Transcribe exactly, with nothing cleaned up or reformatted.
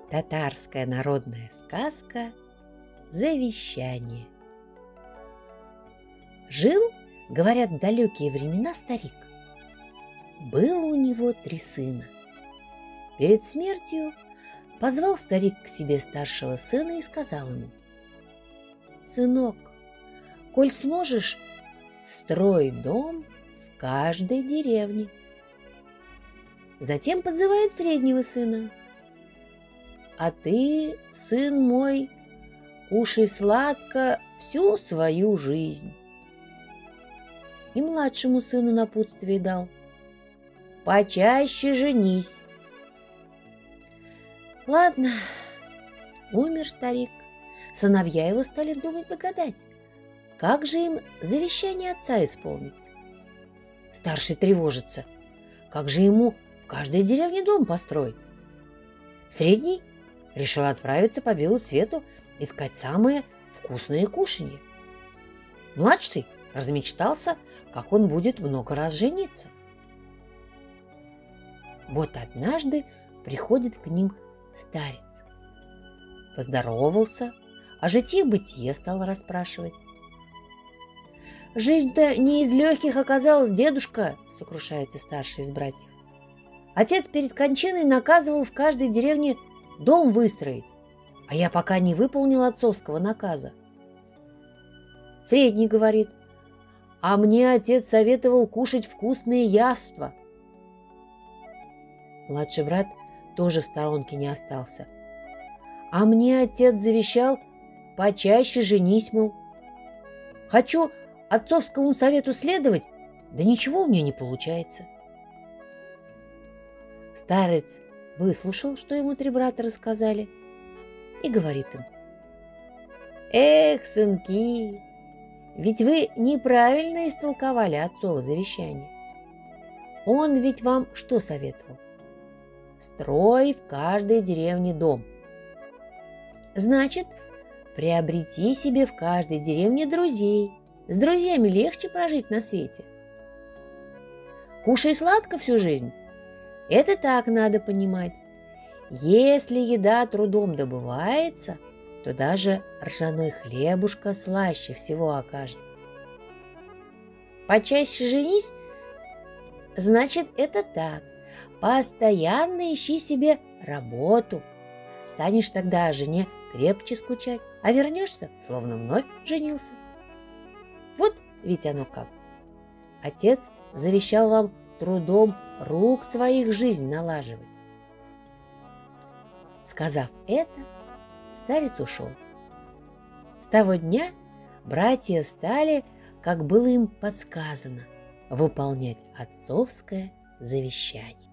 Татарская народная сказка «Завещание». Жил, говорят, в далекие времена старик. Было у него три сына. Перед смертью позвал старик к себе старшего сына и сказал ему: «Сынок, коль сможешь, строй дом в каждой деревне». Затем подзывает среднего сына: «А ты, сын мой, кушай сладко всю свою жизнь». И младшему сыну напутствие дал: «Почаще женись». Ладно, умер старик. Сыновья его стали думать догадать, как же им завещание отца исполнить. Старший тревожится, как же ему в каждой деревне дом построить. Средний решил отправиться по белу свету искать самые вкусные кушанья. Младший размечтался, как он будет много раз жениться. Вот однажды приходит к ним старец. Поздоровался, о житье-бытие стал расспрашивать. «Жизнь-то не из легких оказалась, дедушка», — сокрушается старший из братьев. «Отец перед кончиной наказывал в каждой деревне дом выстроить, а я пока не выполнил отцовского наказа». Средний говорит: «А мне отец советовал кушать вкусные явства». Младший брат тоже в сторонке не остался: «А мне отец завещал почаще женись, мол. Хочу отцовскому совету следовать, да ничего у меня не получается». Старец выслушал, что ему три брата рассказали, и говорит им: «Эх, сынки, ведь вы неправильно истолковали отцово завещание. Он ведь вам что советовал? Строй в каждой деревне дом. Значит, приобрети себе в каждой деревне друзей. С друзьями легче прожить на свете. Кушай сладко всю жизнь. Это так надо понимать. Если еда трудом добывается, то даже ржаной хлебушка слаще всего окажется. Почаще женись, значит, это так. Постоянно ищи себе работу. Станешь тогда о жене крепче скучать, а вернешься, словно вновь женился». Вот ведь оно как. Отец завещал вам трудом рук своих жизнь налаживать. Сказав это, старец ушел. С того дня братья стали, как было им подсказано, выполнять отцовское завещание.